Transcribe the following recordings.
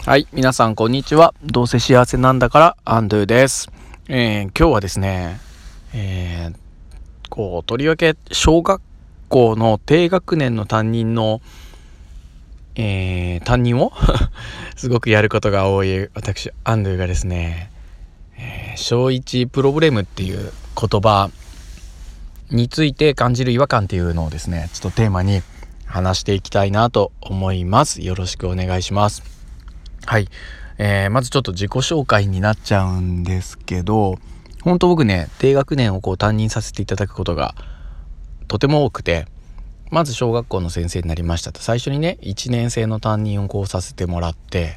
はい、皆さんこんにちは。どうせ幸せなんだからアンドゥです。今日はですね、とりわけ小学校の低学年の担任の、担任をすごくやることが多い私アンドゥがですね、小1プロブレムっていう言葉について感じる違和感っていうのをですね、ちょっとテーマに話していきたいなと思います。よろしくお願いします。はい、まずちょっと自己紹介になっちゃうんですけど、本当僕ね、低学年を担任させていただくことがとても多くて、まず小学校の先生になりましたと最初にね、1年生の担任をさせてもらって、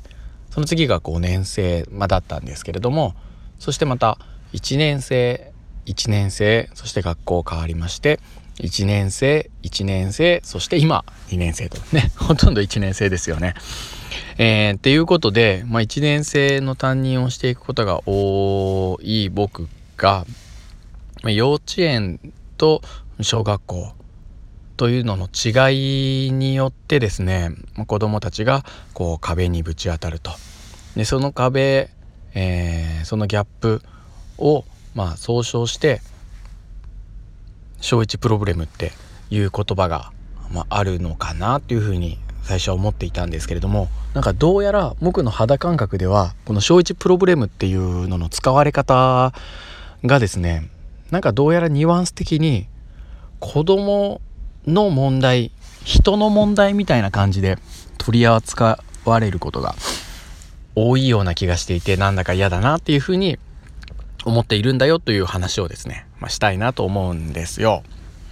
その次が5年生、だったんですけれども、そしてまた1年生、そして学校変わりまして1年生、そして今2年生とね、ほとんど1年生ですよね。っていうことで、1年生の担任をしていくことが多い僕が、幼稚園と小学校というのの違いによってですね、子どもたちが壁にぶち当たると。でその壁、そのギャップを総称して小1プロブレムっていう言葉が、あるのかなというふうに最初は思っていたんですけれども、どうやら僕の肌感覚ではこの小1プロブレムっていうのの使われ方がですね、どうやらニュアンス的に子供の問題、人の問題みたいな感じで取り扱われることが多いような気がしていて、なんだか嫌だなっていうふうに思っているんだよという話をですね、したいなと思うんですよ。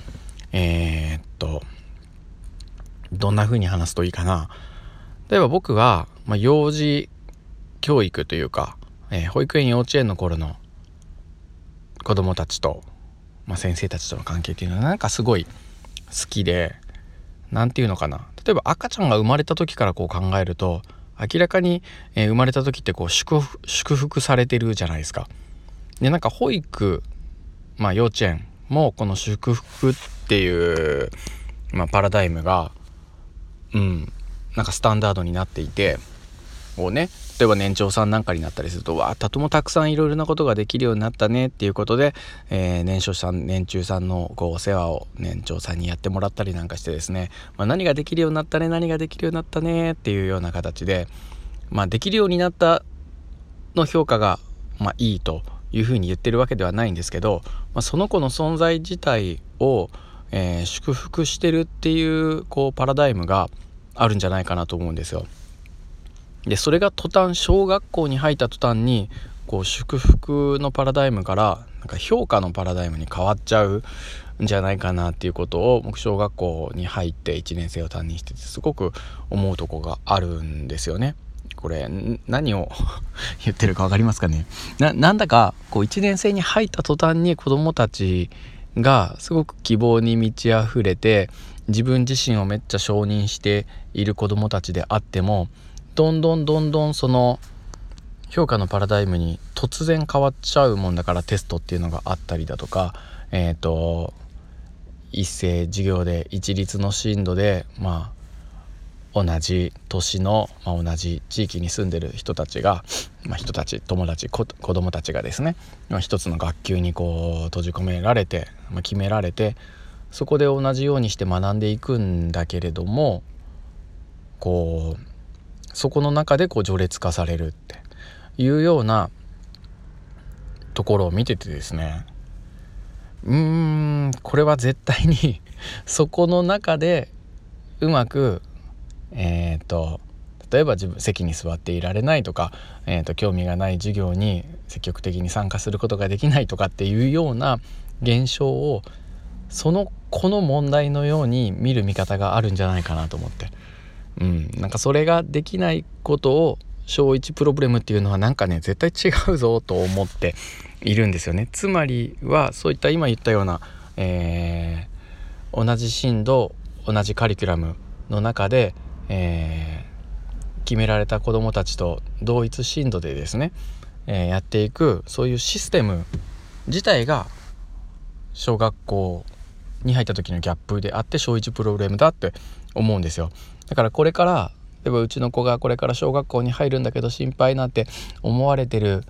どんな風に話すといいかな。例えば僕は、幼児教育というか、保育園幼稚園の頃の子どもたちと、先生たちとの関係っていうのはすごい好きで、なんていうのかな、例えば赤ちゃんが生まれた時から考えると、明らかに、生まれた時って祝福されてるじゃないですか。で保育、幼稚園もこの祝福っていう、パラダイムがスタンダードになっていて、例えば年長さんなんかになったりすると、とてもたくさんいろいろなことができるようになったねっていうことで、年中さんのお世話を年長さんにやってもらったりなんかしてですね、何ができるようになったねっていうような形で、できるようになったの評価が、いいというふうに言ってるわけではないんですけど、その子の存在自体を、祝福してるっていうパラダイムがあるんじゃないかなと思うんですよ。でそれが小学校に入った途端に祝福のパラダイムから評価のパラダイムに変わっちゃうんじゃないかなっていうことを、僕小学校に入って1年生を担任しててすごく思うとこがあるんですよね。これ何を言ってるか分かりますかね。なんだか1年生に入った途端に子どもたちがすごく希望に満ち溢れて、自分自身をめっちゃ承認している子どもたちであっても、どんどんその評価のパラダイムに突然変わっちゃうもんだから、テストっていうのがあったりだとか、一斉授業で一律の進度で同じ年の、同じ地域に住んでる人たちが、友達、子供たちがですね、一つの学級に閉じ込められて、決められて、そこで同じようにして学んでいくんだけれども、そこの中で序列化されるっていうようなところを見ててですね、これは絶対にそこの中でうまく例えば自分席に座っていられないとか、興味がない授業に積極的に参加することができないとかっていうような現象をこの問題のように見る見方があるんじゃないかなと思って、それができないことを小1プロブレムっていうのは絶対違うぞと思っているんですよね。つまりはそういった今言ったような、同じ進度同じカリキュラムの中で、決められた子どもたちと同一進度でですね、やっていく、そういうシステム自体が小学校に入った時のギャップであって、小1プログラムだって思うんですよ。だからこれから例えばうちの子がこれから小学校に入るんだけど心配なんて思われてる、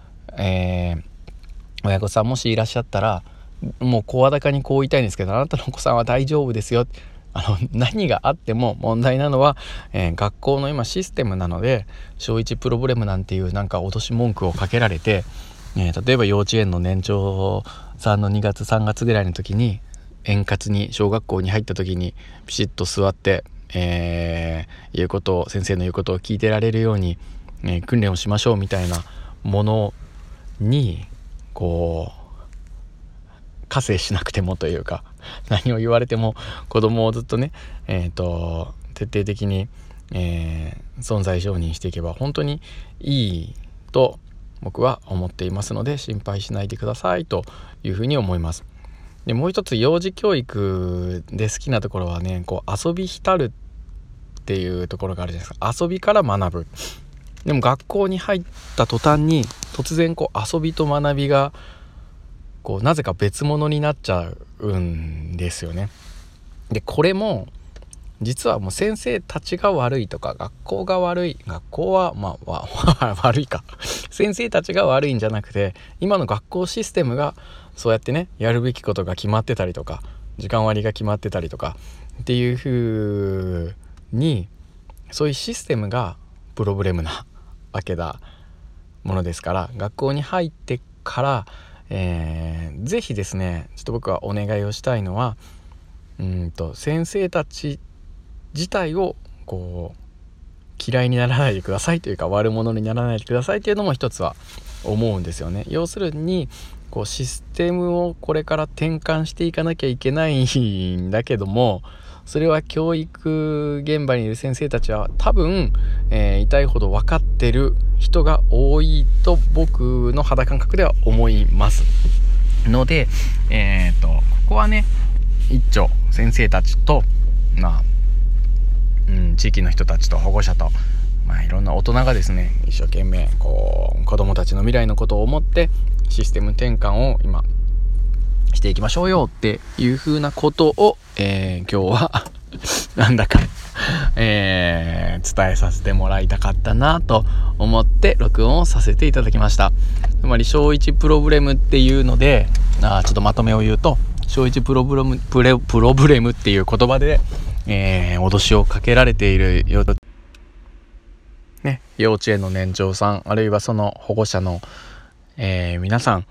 親御さんもしいらっしゃったら、もう声高にこう言いたいんですけど、あなたのお子さんは大丈夫ですよ。何があっても問題なのは、学校の今システムなので、小1プロブレムなんていうなんか脅し文句をかけられて、例えば幼稚園の年長さんの2月3月ぐらいの時に円滑に小学校に入った時にピシッと座って、言うことを先生の言うことを聞いてられるように、訓練をしましょうみたいなものにこう加勢しなくてもというか、何を言われても子供をずっとね、徹底的に、存在承認していけば本当にいいと僕は思っていますので、心配しないでくださいというふうに思います。でもう一つ、幼児教育で好きなところはね、こう遊び浸るっていうところがあるじゃないですか。遊びから学ぶ。でも学校に入った途端に突然こう遊びと学びがこうなぜか別物になっちゃうんですよね。でこれも実はもう先生たちが悪いとか学校が悪い、学校は悪いか先生たちが悪いんじゃなくて、今の学校システムがそうやってね、やるべきことが決まってたりとか、時間割が決まってたりとかっていう風に、そういうシステムがプロブレムなわけだものですから、学校に入ってから、ぜひですね、ちょっと僕はお願いをしたいのは、先生たち自体をこう嫌いにならないでくださいというか、悪者にならないでくださいというのも一つは思うんですよね。要するにこうシステムをこれから転換していかなきゃいけないんだけども、それは教育現場にいる先生たちは多分、痛いほど分かってる人が多いと僕の肌感覚では思いますので、ここはね、一丁先生たちと地域の人たちと保護者と、いろんな大人がですね、一生懸命こう子どもたちの未来のことを思ってシステム転換を今していきましょうよっていう風なことを、今日はなんだか、伝えさせてもらいたかったなと思って録音をさせていただきました。つまり小1プロブレムっていうので、ちょっとまとめを言うと、小1プロブレムっていう言葉で、脅しをかけられているようね、幼稚園の年長さん、あるいはその保護者の、皆さん、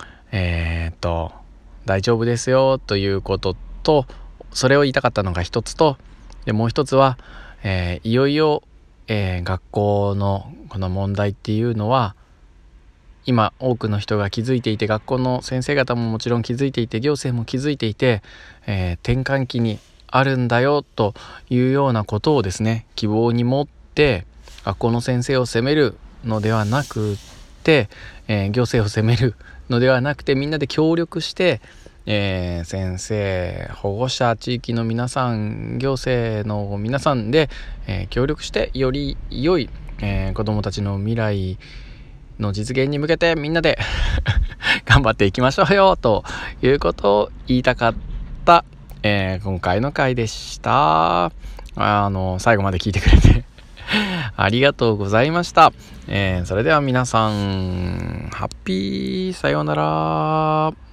大丈夫ですよということと、それを言いたかったのが一つと、でもう一つは、いよいよ、学校のこの問題っていうのは今多くの人が気づいていて、学校の先生方ももちろん気づいていて、行政も気づいていて、転換期にあるんだよというようなことをですね、希望に持って学校の先生を責めるのではなくて、行政を責めるのではなくて、みんなで協力して、先生、保護者、地域の皆さん、行政の皆さんで、協力してより良い、子どもたちの未来の実現に向けてみんなで頑張っていきましょうよということを言いたかった、今回の回でした。最後まで聞いてくれてありがとうございました。それでは皆さんハッピーさようなら。